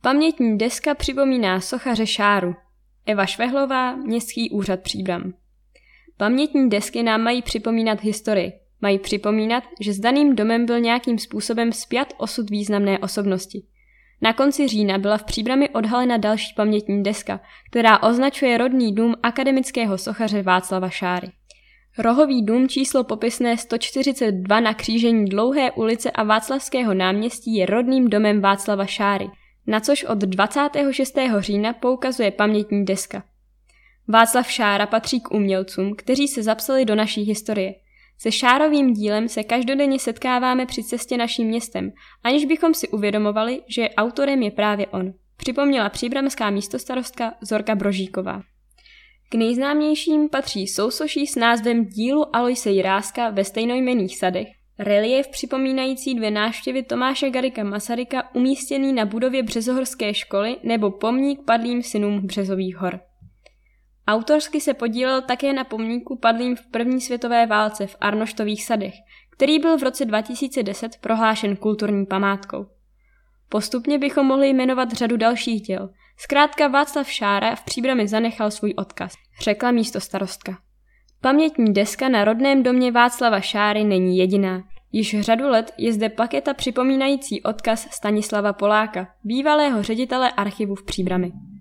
Pamětní deska připomíná sochaře Šáru. Eva Švehlová, Městský úřad Příbram. Pamětní desky nám mají připomínat historii. Mají připomínat, že s daným domem byl nějakým způsobem spjat osud významné osobnosti. Na konci října byla v Příbrami odhalena další pamětní deska, která označuje rodný dům akademického sochaře Václava Šáry. Rohový dům číslo popisné 142 na křížení Dlouhé ulice a Václavského náměstí je rodným domem Václava Šáry, na což od 26. října poukazuje pamětní deska. Václav Šára patří k umělcům, kteří se zapsali do naší historie. Se Šárovým dílem se každodenně setkáváme při cestě naším městem, aniž bychom si uvědomovali, že autorem je právě on, připomněla příbramská místostarostka Zorka Brožíková. K nejznámějším patří sousoší s názvem Dílu Aloise Jiráska ve stejnojmenných sadech, reliéf připomínající 2 návštěvy Tomáše Garrigua Masaryka umístěný na budově Březohorské školy nebo pomník padlým synům Březových hor. Autorsky se podílel také na pomníku padlým v první světové válce v Arnoštových sadech, který byl v roce 2010 prohlášen kulturní památkou. Postupně bychom mohli jmenovat řadu dalších děl. Zkrátka Václav Šára v Příbrami zanechal svůj odkaz, řekla místostarostka. Pamětní deska na rodném domě Václava Šáry není jediná. Již řadu let je zde plaketa připomínající odkaz Stanislava Poláka, bývalého ředitele archivu v Příbrami.